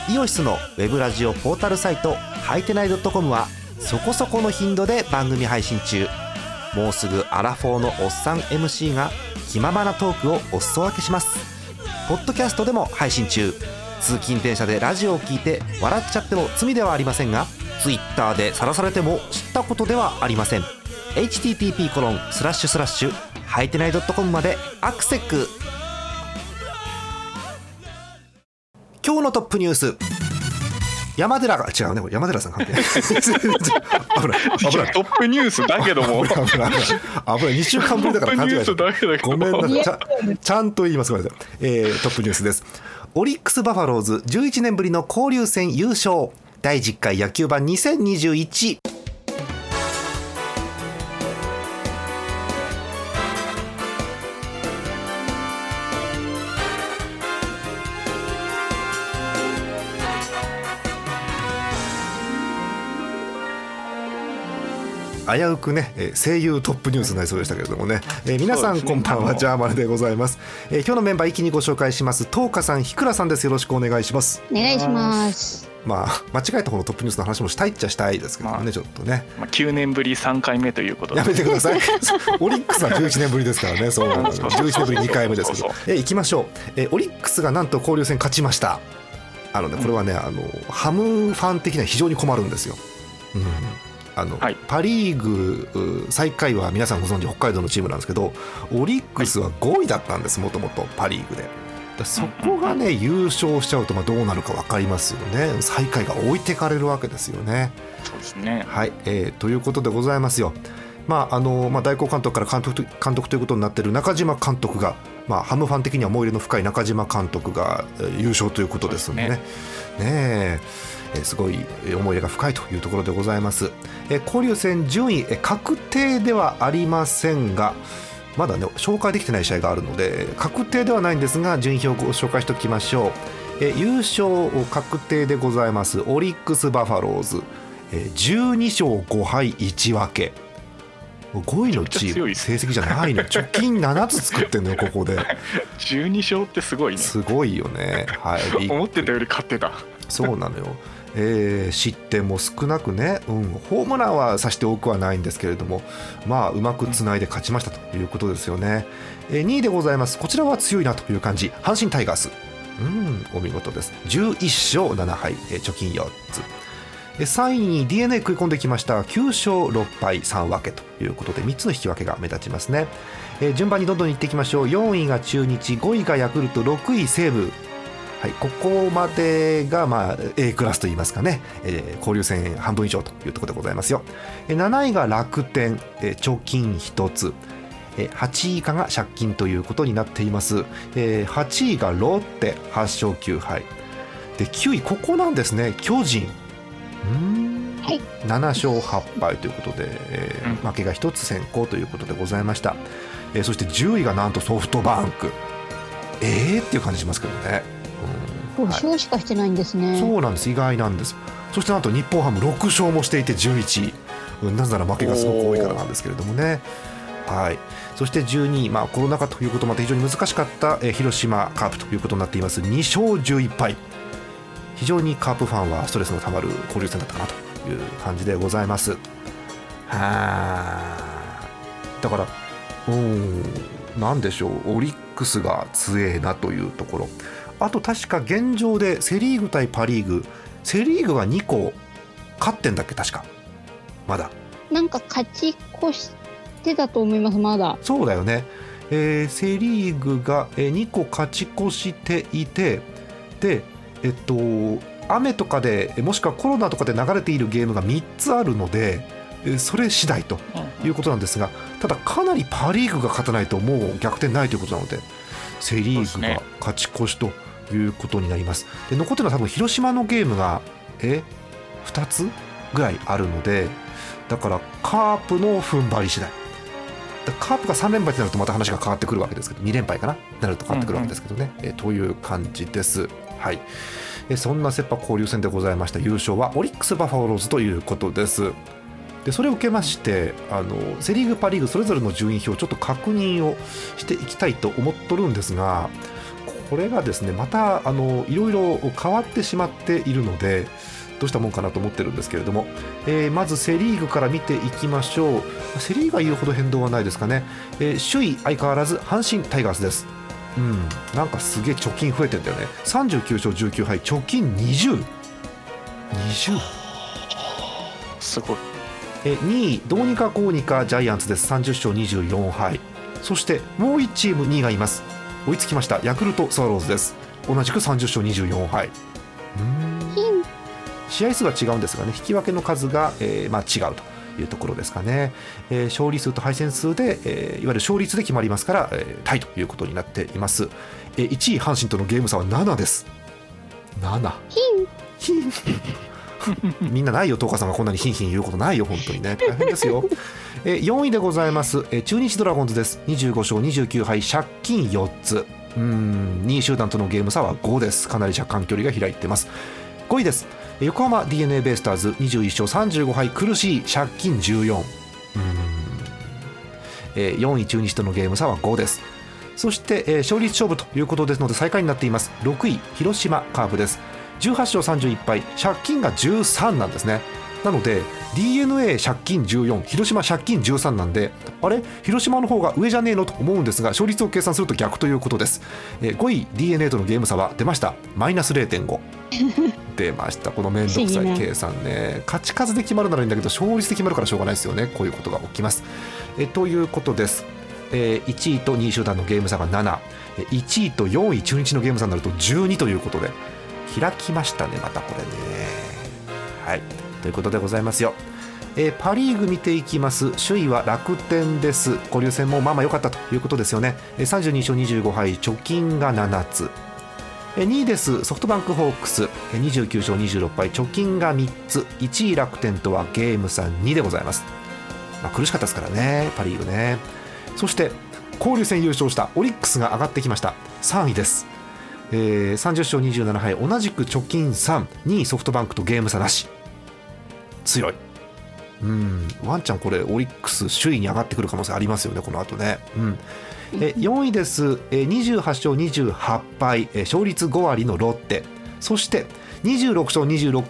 イオシスのウェブラジオポータルサイトはいてない .com はそこそこの頻度で番組配信中。もうすぐアラフォーのおっさん MC が気ままなトークをお裾分けします。ポッドキャストでも配信中。通勤電車でラジオを聞いて笑っちゃっても罪ではありませんが、ツイッターで晒されても知ったことではありません。 http:// はいてない .com までアクセック。今日のトップニュース。山寺が違うね、これ山寺さん関係ない危ないトップニュースだけども危ない2週間ぶりだから勘違いした。ごめんなさい、ちゃんと言います。ごめんなさい、トップニュースです。オリックスバファローズ11年ぶりの交流戦優勝。第10回野球盤2021。危うくね、声優トップニュースになりそうでしたけれどもね、皆さんこんばんは、ジャーマネでございます。今日のメンバー一気にご紹介します。東花さん、日倉さんです。よろしくお願いします。 お願いします。 間違えた方のトップニュースの話もしたいっちゃしたいですけどね、ちょっとね、 9年ぶり3回目ということでやめてくださいオリックスは11年ぶりですからね。そう11年ぶり2回目ですけど、行きましょう。オリックスがなんと交流戦勝ちました。これはね、ハムファン的には非常に困るんですよ。はい、パリーグ最下位は皆さんご存知北海道のチームなんですけど、オリックスは5位だったんです、もともとパリーグで。そこがね、優勝しちゃうとどうなるか分かりますよね。最下位が置いてかれるわけですよね。 そうですね、 はい、ということでございますよ。代行監督から監督ということになっている中島監督が、ハムファン的には思い入れの深い中島監督が優勝ということですのでね。すごい思い入れが深いというところでございます。交流戦順位確定ではありませんが、まだね紹介できてない試合があるので確定ではないんですが、順位表をご紹介しておきましょう。優勝確定でございます。オリックスバファローズ、12勝5敗1分け。5位のチーム成績じゃないの。貯金7つ作ってんのよここで 12勝ってすごいね。 すごいよね、はい、 思ってたより勝ってた。 そうなのよ。失点も少なくね、ホームランはさして多くはないんですけれども、うまくつないで勝ちましたということですよね。2位でございます。こちらは強いなという感じ。阪神タイガース、お見事です。11勝7敗、貯金4つ。3位に DNA 食い込んできました。9勝6敗3分けということで3つの引き分けが目立ちますね。順番にどんどんいっていきましょう。4位が中日、5位がヤクルト、6位西武。はい、ここまでがA クラスといいますかね、交流戦半分以上というところでございますよ。7位が楽天、貯金1つ。8位以下が借金ということになっています。8位がロッテ8勝9敗で、9位ここなんですね、巨人。はい、7勝8敗ということで、負けが1つ先行ということでございました。そして10位がなんとソフトバンク。っていう感じしますけどね。 5勝しかしてないんですね。 そうなんです、意外なんです。そしてなんと日本ハム6勝もしていて11位。なぜなら負けがすごく多いからなんですけれどもね。はい、そして12位、コロナ禍ということもあって非常に難しかった広島カープということになっています。2勝11敗。非常にカープファンはストレスのたまる交流戦だったかなという感じでございます。だからなんでしょう、オリックスが強えなというところ。あと確か現状でセリーグ対パリーグ、セリーグが2個勝ってんだっけ、確か。まだなんか勝ち越してたと思います。まだそうだよね。セリーグが2個勝ち越していて、で雨とかでもしくはコロナとかで流れているゲームが3つあるので、それ次第ということなんですが、ただかなりパリーグが勝たないともう逆転ないということなので、セリーグが勝ち越しということになります。で残ってるのは多分広島のゲームが2つぐらいあるので、だからカープの踏ん張り次第。カープが3連敗となるとまた話が変わってくるわけですけど、2連敗かなると変わってくるわけですけどね、という感じです。はい、そんなセ・パ交流戦でございました。優勝はオリックスバファローズということです。でそれを受けましてセ・リーグパ・リーグそれぞれの順位表をちょっと確認をしていきたいと思っとるんですが、 これがですねまたいろいろ変わってしまっているのでどうしたもんかなと思ってるんですけれども、まずセ・リーグから見ていきましょう。セ・リーグは言うほど変動はないですかね。首位相変わらず阪神タイガースです。なんかすげえ貯金増えてんだよね。39勝19敗貯金20 すごい。 2位どうにかこうにかジャイアンツです。30勝24敗。そしてもう1チーム2位がいます。追いつきました。ヤクルトスワローズです。同じく30勝24敗。試合数は違うんですがね、引き分けの数が、違うというところですかね。勝利数と敗戦数で、いわゆる勝率で決まりますから、タイということになっています。1位阪神とのゲーム差は7です。7みんなないよ、東華さんがこんなにヒンヒン言うことないよ、本当にね、大変ですよ。4位でございます、中日ドラゴンズです。25勝29敗借金4つ。2位集団とのゲーム差は5です。かなり車間距離が開いています。5位です、横浜 DNA ベイスターズ。21勝35敗苦しい借金14。4位中日とのゲーム差は5です。そして、勝率勝負ということですので最下位になっています。6位広島カープです。18勝31敗借金が13なんですね。なので DNA 借金14広島借金13なんで、あれ広島の方が上じゃねえのと思うんですが、勝率を計算すると逆ということです。5位 DNA とのゲーム差は出ました。マイナス 0.5 出ました。このめんどくさい計算ね。勝ち数で決まるならいいんだけど勝率で決まるからしょうがないですよね。こういうことが起きます。ということです。1位と2位集団のゲーム差が7、1位と4位中日のゲーム差になると12ということで開きましたね、またこれね。はい、ということでございますよ。パリーグ見ていきます。首位は楽天です。交流戦もまあまあ良かったということですよね。32勝25敗貯金が7つ。2位ですソフトバンクホークス。29勝26敗貯金が3つ。1位楽天とはゲーム差2でございます。苦しかったですからね、パリーグね。そして交流戦優勝したオリックスが上がってきました。3位です。30勝27敗同じく貯金3。2位ソフトバンクとゲーム差なし。強い。ワンちゃんこれオリックス首位に上がってくる可能性ありますよね、この後ね。4位です。28勝28敗勝率5割のロッテ。そして26勝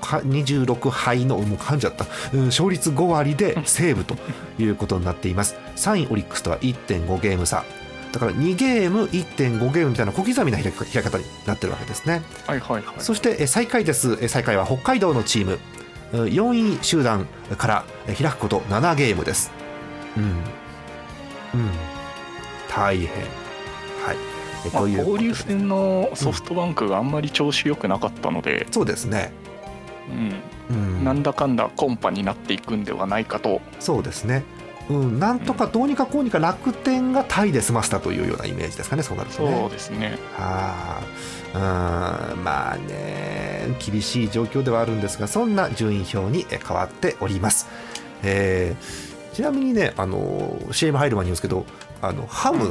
26敗のもう噛んじゃった、勝率5割で西武ということになっています。3位オリックスとは 1.5 ゲーム差だから2ゲーム 1.5 ゲームみたいな小刻みな開き方になってるわけですね。そして最下位です。最下位は北海道のチーム。4位集団から開くこと7ゲームです。大変。 交流戦のソフトバンクがあんまり調子良くなかったので、 そうですね、 なんだかんだコンパになっていくんではないかと。 そうですね、なんとかどうにかこうにか楽天がタイで済ませたというようなイメージですかね、そうなるとね。 そうですね。 まあね、厳しい状況ではあるんですが、そんな順位表に変わっております。ちなみにね、CM 入る前に言うんですけど、ハム、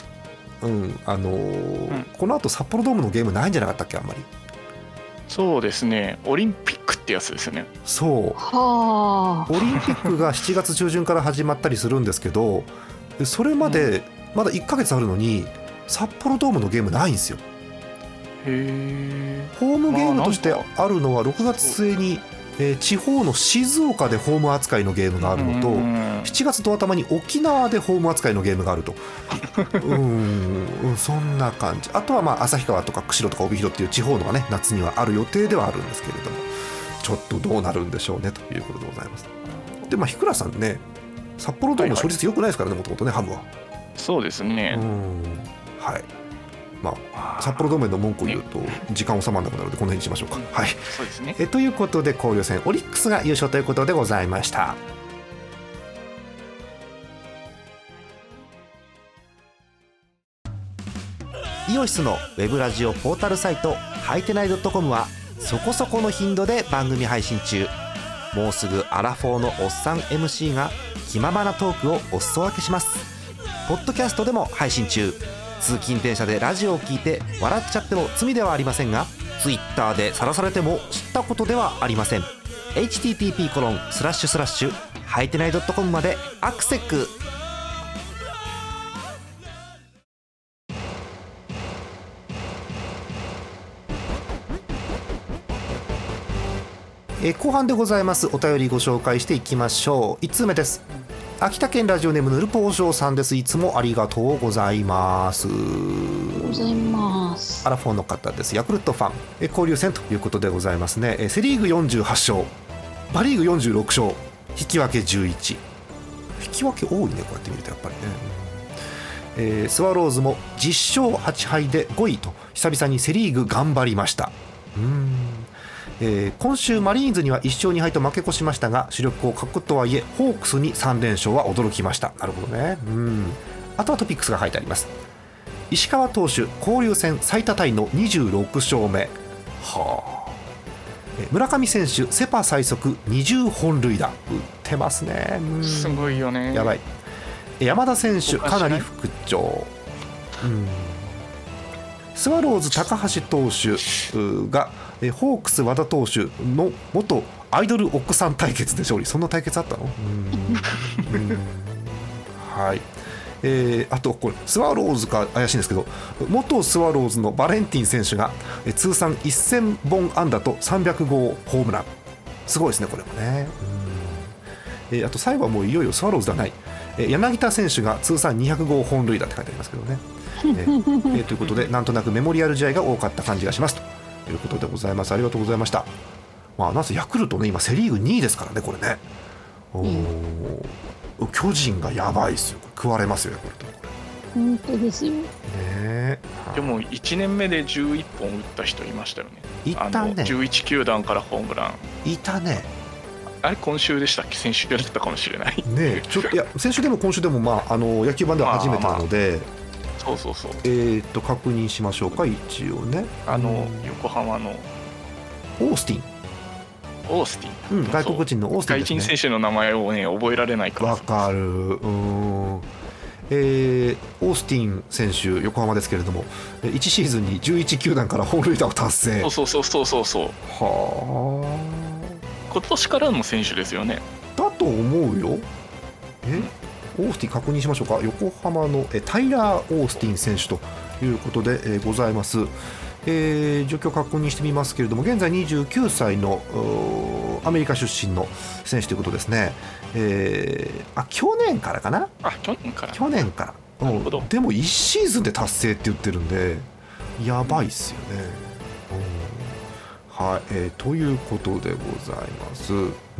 この後札幌ドームのゲームないんじゃなかったっけ、あんまり。 そうですね、オリンピックってやつですよね。 そう、オリンピックが7月中旬から始まったりするんですけど、それまでまだ1ヶ月あるのに札幌ドームのゲームないんですよ。ホームゲームとしてあるのは6月末に、地方の静岡でホーム扱いのゲームがあるのと、7月と頭に沖縄でホーム扱いのゲームがあるとそんな感じ。あとは旭川とか釧路とか帯広っていう地方のがね、夏にはある予定ではあるんですけれども、ちょっとどうなるんでしょうねということでございます。で、日倉さんね、札幌ドームの勝率良くないですからね、もともとね、ハムは。 そうですね。 はい。札幌ドームへの文句を言うと時間収まらなくなるのでこの辺にしましょうか。はい。 そうですね。 ということで交流戦オリックスが優勝ということでございました。イオシスのウェブラジオポータルサイトはいてない .com はそこそこの頻度で番組配信中。もうすぐアラフォーのおっさん MC が気ままなトークをお裾分けします。ポッドキャストでも配信中。通勤電車でラジオを聞いて笑っちゃっても罪ではありませんが、ツイッターで晒されても知ったことではありません。 http:// はいてない .com までアクセック。 後半でございます。お便りご紹介していきましょう。1通目です。秋田県ラジオネームぬるぽうしょうさんです。いつもありがとうございます。アラフォーの方です。ヤクルトファン、交流戦ということでございますね。セリーグ48勝、パリーグ46勝、引き分け11。引き分け多いね、こうやって見るとやっぱりね。スワローズも10勝8敗で5位と久々にセリーグ頑張りました。今週マリーンズには1勝2敗と負け越しましたが、主力を欠くとはいえホークスに3連勝は驚きました。なるほどね。あとはトピックスが書いてあります。石川投手交流戦最多タイの26勝目。村上選手セパ最速20本塁打、打ってますね。 すごいよね。 やばい。山田選手かなり復調。スワローズ高橋投手がホークス和田投手の元アイドル奥さん対決で勝利。そんな対決あったの？はい。あとこれスワローズか怪しいんですけど、元スワローズのバレンティン選手が通算1000本安打と300号ホームラン。すごいですねこれもね。あと最後はもういよいよスワローズではない、柳田選手が通算200号本塁打って書いてありますけどね。ということでなんとなくメモリアル試合が多かった感じがしますということでございます。ありがとうございました。なぜヤクルトね、今セリーグ2位ですからね、これね。巨人がやばいですよ。食われますよヤクルト。 本当ですよ、 でも1年目で11本打った人いましたよね。 いたね。 11球団からホームランいたね。 あれ今週でしたっけ？先週だったかもしれないね。ちょっといや先週でも今週でも野球版では初めてなので、 そう確認しましょうか一応ね。 横浜のオースティン、外国人のオースティンですね。 外人選手の名前をね覚えられないから。 わかる。オースティン選手横浜ですけれども、1シーズンに11球団から本塁打を達成。 そうはあ。今年からの選手ですよね。 だと思うよ。オースティン確認しましょうか。横浜のタイラー・オースティン選手ということで、ございます。状況確認してみますけれども、現在29歳のアメリカ出身の選手ということですね。去年からかな。去年から。でも1シーズンで達成って言ってるんでやばいっすよね。はい、ということでございます。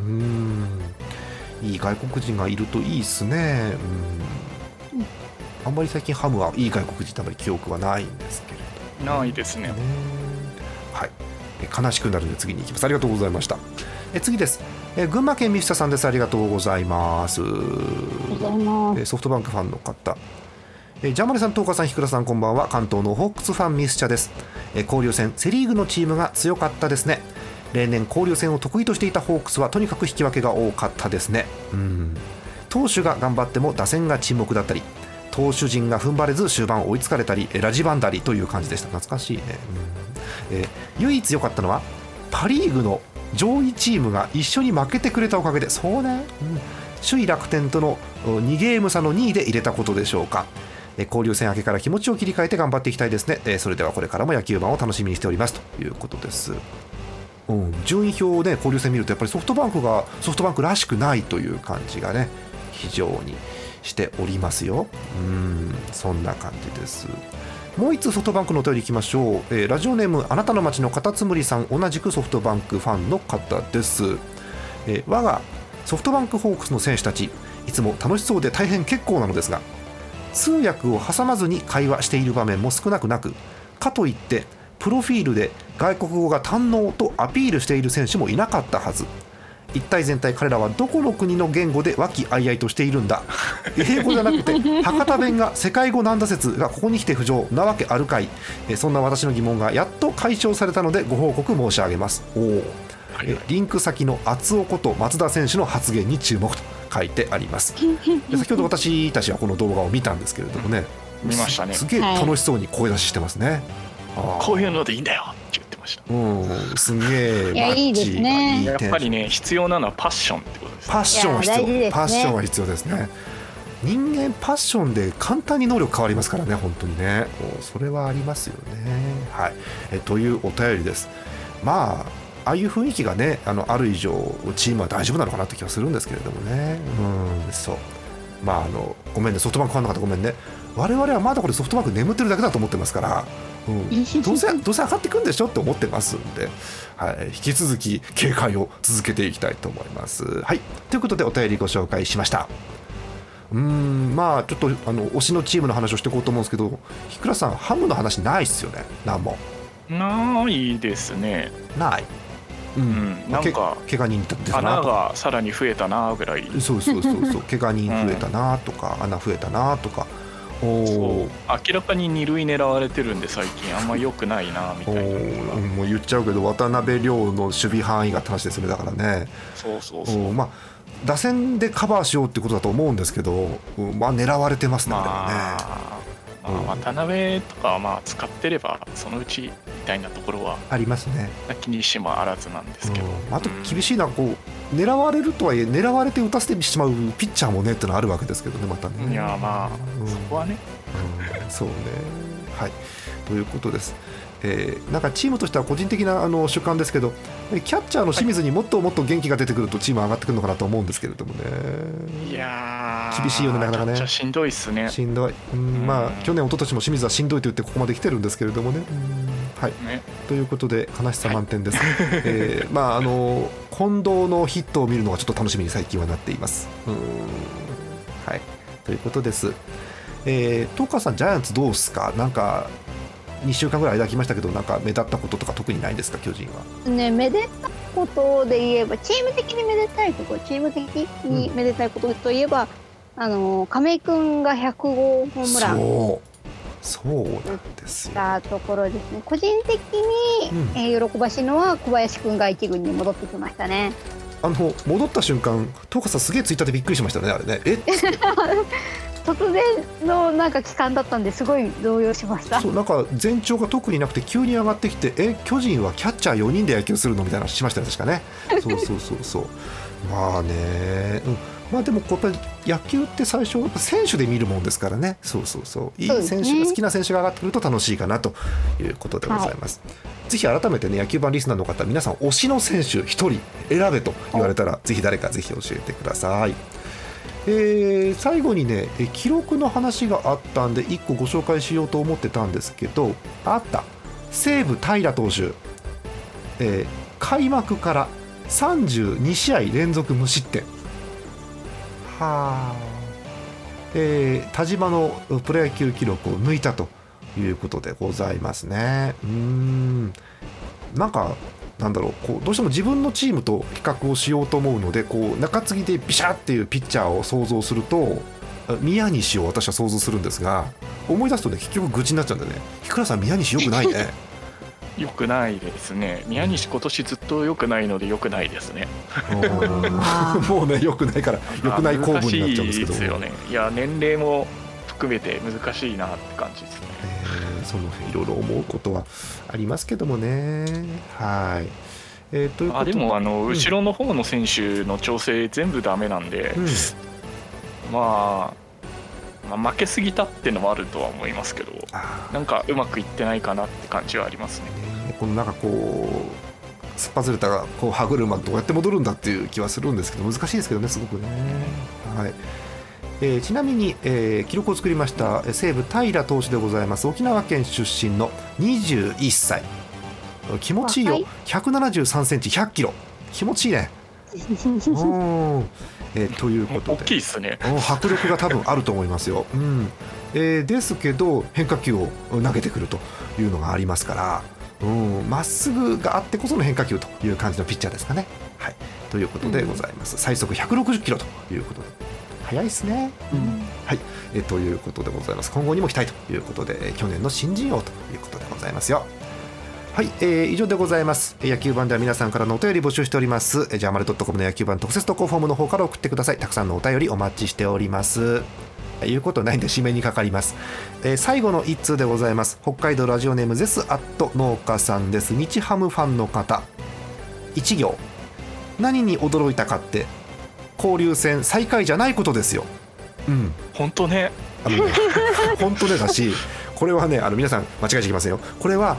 いい外国人がいるといいっすね。あんまり最近ハムはいい外国人ってあまり記憶はないんですけれど。 ないですね。 はい、悲しくなるので次に行きます。ありがとうございました。次です。群馬県三下さんです。ありがとうございます。ソフトバンクファンの方、ジャマネさん、東川さん、日倉さん、こんばんは。関東のホークスファンミスチャです。交流戦セリーグのチームが強かったですね。例年交流戦を得意としていたホークスはとにかく引き分けが多かったですね。投手が頑張っても打線が沈黙だったり、投手陣が踏ん張れず終盤追いつかれたり、ラジバンダリという感じでした。懐かしいね。唯一良かったのはパリーグの上位チームが一緒に負けてくれたおかげで、そうね、首位楽天との2ゲーム差の2位で入れたことでしょうか。交流戦明けから気持ちを切り替えて頑張っていきたいですね。それではこれからも野球盤を楽しみにしておりますということです。順位表で交流戦見るとやっぱりソフトバンクがソフトバンクらしくないという感じがね非常にしておりますよ。そんな感じです。もう一つソフトバンクのお便りいきましょう。ラジオネームあなたの街のカタツムリさん、同じくソフトバンクファンの方です。我がソフトバンクホークスの選手たちいつも楽しそうで大変結構なのですが、通訳を挟まずに会話している場面も少なくなく、かといってプロフィールで外国語が堪能とアピールしている選手もいなかったはず。一体全体彼らはどこの国の言語で和気あいあいとしているんだ。英語じゃなくて博多弁が世界語なんだ説がここに来て浮上なわけあるかい。そんな私の疑問がやっと解消されたのでご報告申し上げます。リンク先の厚尾こと松田選手の発言に注目と書いてあります。先ほど私たちはこの動画を見たんですけれどもね、 見ましたね。 すげえ楽しそうに声出ししてますね。 こういうのでいいんだよって言ってました。 すげえいいですね。 やっぱりね必要なのはパッションってことです。 パッションは必要。パッションは必要ですね。人間パッションで簡単に能力変わりますからね、本当にね。それはありますよね。はい、というお便りです。まあああいう雰囲気がねある以上チームは大丈夫なのかなって気がするんですけれどもね。そうごめんね、ソフトバンクファンの方ごめんね、我々はまだこれソフトバンク眠ってるだけだと思ってますから、どうせ上がってくんでしょって思ってますんで、引き続き警戒を続けていきたいと思います。はい、ということでお便りご紹介しました。ちょっと推しのチームの話をしていこうと思うんですけど、ひくらさんハムの話ないっすよね。何もないですね。 ない。 なんか怪我人出たな穴がさらに増えたなぐらい。 そう怪我人増えたなとか、穴増えたなとか。 明らかに2塁狙われてるんで最近あんま良くないなみたいな。 もう言っちゃうけど渡辺亮の守備範囲がって話ですよね。だからね。打線でカバーしようってことだと思うんですけど、狙われてますね。渡辺とかは使ってればそのうちみたいなところはありますね。 気にしもあらずなんですけど、 あと厳しいのは狙われるとはいえ狙われて打たせてしまうピッチャーもねってのはあるわけですけどね、またね。 いやそこはね、 そうね。はい、ということです。なんかチームとしては個人的な主観ですけど、キャッチャーの清水にもっともっと元気が出てくるとチーム上がってくるのかなと思うんですけれどもね。 いや厳しいよね、なかなかね。 キャッチャーしんどいっすね。 しんどい。去年一昨年も清水はしんどいと言ってここまで来てるんですけれどもね。はい、ということで悲しさ満点です。近藤のヒットを見るのがちょっと楽しみに最近はなっています。はい、ということです。東川さん、ジャイアンツどうですか？なんか2週間ぐらい間空きましたけど、なんか目立ったこととか特にないんですか、巨人は。 ね、めでたことで言えば、チーム的にめでたいところ、チーム的にめでたいことといえば、亀井君が100号ホームランそうなんですよ。 たところですね。個人的に、喜ばしいのは小林君が1軍に戻ってきましたね。 戻った瞬間、東川さんすげえツイッターでびっくりしましたね、あれね。 突然のなんか期間だったんですごい動揺しました。 そう、なんか前兆が特になくて急に上がってきて、巨人はキャッチャー4人で野球するのみたいな話しましたね、確かね。そうでもやっぱり野球って最初選手で見るもんですからね。いい選手が好きな選手が上がってくると楽しいかなということでございます。ぜひ改めてね、野球版リスナーの方、皆さん推しの選手1人選べと言われたらぜひ誰かぜひ教えてください。最後にね、記録の話があったんで1個ご紹介しようと思ってたんですけど、西武平良投手、開幕から32試合連続無失点。田島のプロ野球記録を抜いたということでございますね。どうしても自分のチームと比較をしようと思うので、中継ぎでビシャっていうピッチャーを想像すると宮西を私は想像するんですが、思い出すとね、結局愚痴になっちゃうんでね。ひくらさん、宮西よくないね。 よくないですね。宮西今年ずっとよくないのでよくないですね。 もうね、よくないからよくない構文になっちゃうんですけど。難しいですよね。いや、年齢も含めて難しいなって感じですね。 その辺いろいろ思うことはありますけどもね。はい。ということでも後ろの方の選手の調整全部ダメなんで、負けすぎたってのもあるとは思いますけど、なんかうまくいってないかなって感じはありますね。 なんかすっぱずれた歯車どうやって戻るんだっていう気はするんですけど、難しいですけどね、すごくね。はい。ちなみに、記録を作りました西武平投手でございます。沖縄県出身の21歳。気持ちいいよ。173センチ100キロ。気持ちいいね。ということで大きいですね。 迫力が多分あると思いますよ。ですけど変化球を投げてくるというのがありますから、まっすぐがあってこその変化球という感じのピッチャーですかね。はい、ということでございます。最速160キロということで速いですね。はい、ということでございます。今後にも期待ということで、去年の新人王ということでございますよ。はい、以上でございます。野球版では皆さんからのお便り募集しております。ジャーマル.com の野球版特設投稿フォームの方から送ってください。たくさんのお便りお待ちしております。言うことないんで締めにかかります。最後の1通でございます。北海道ラジオネームゼスアット農家さんです。日ハムファンの方、1行、何に驚いたかって交流戦再開じゃないことですよ。 本当ね。 本当ねだし、これはね、皆さん間違えちゃいけませんよ。これは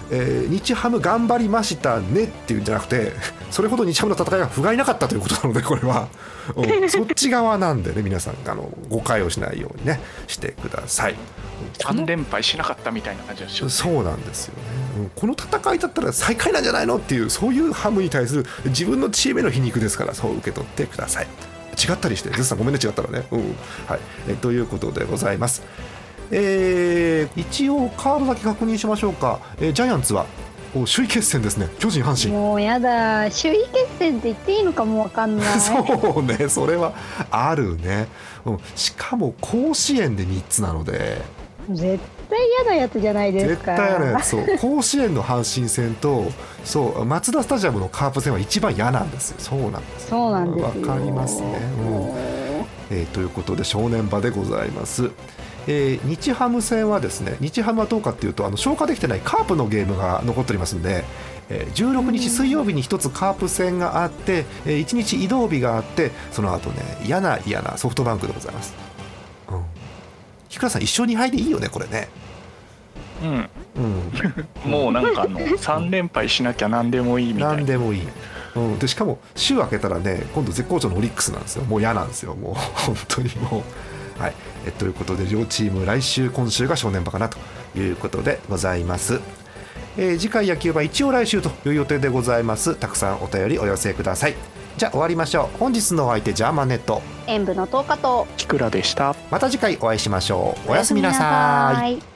日ハム頑張りましたねっていうんじゃなくて、それほど日ハムの戦いが不甲斐なかったということなので、これは、そっち側なんでね、皆さん誤解をしないようにねしてください。 3連敗しなかったみたいな感じがします。 そうなんですよね、この戦いだったら最下位なんじゃないのっていう、そういうハムに対する自分のチームへの皮肉ですから、そう受け取ってください。違ったりして、ゼスさんごめんね、違ったらね、はい、ということでございます。一応カードだけ確認しましょうか。ジャイアンツは首位決戦ですね。巨人阪神、 もうやだ、首位決戦って言っていいのかもわかんないそうね、それはあるね、しかも甲子園で3つなので絶対嫌なやつじゃないですか。 絶対嫌なやつ。そう甲子園の阪神戦とそうマツダスタジアムのカープ戦は一番嫌なんですよ。そうなんです。 そうなんですよ。 わかりますね、ということで正念場でございます。日ハム戦はですね、日ハムはどうかっていうと、消化できてないカープのゲームが残っておりますので、16日水曜日に1つカープ戦があって、1日移動日があって、その後ね嫌なソフトバンクでございます。日倉さん1勝2敗でいいよねこれね。 もうなんか3連敗しなきゃ何でもいいみたいな。 何でもいい、でしかも週明けたらね、今度絶好調のオリックスなんですよ。もう嫌なんですよ、もう本当にもう。はい、ということで両チーム来週今週が正念場かなということでございます。次回野球は一応来週という予定でございます。たくさんお便りお寄せください。じゃあ終わりましょう。本日のお相手ジャーマネット演舞の10日とキクラでした。 また次回お会いしましょう。おやすみなさい。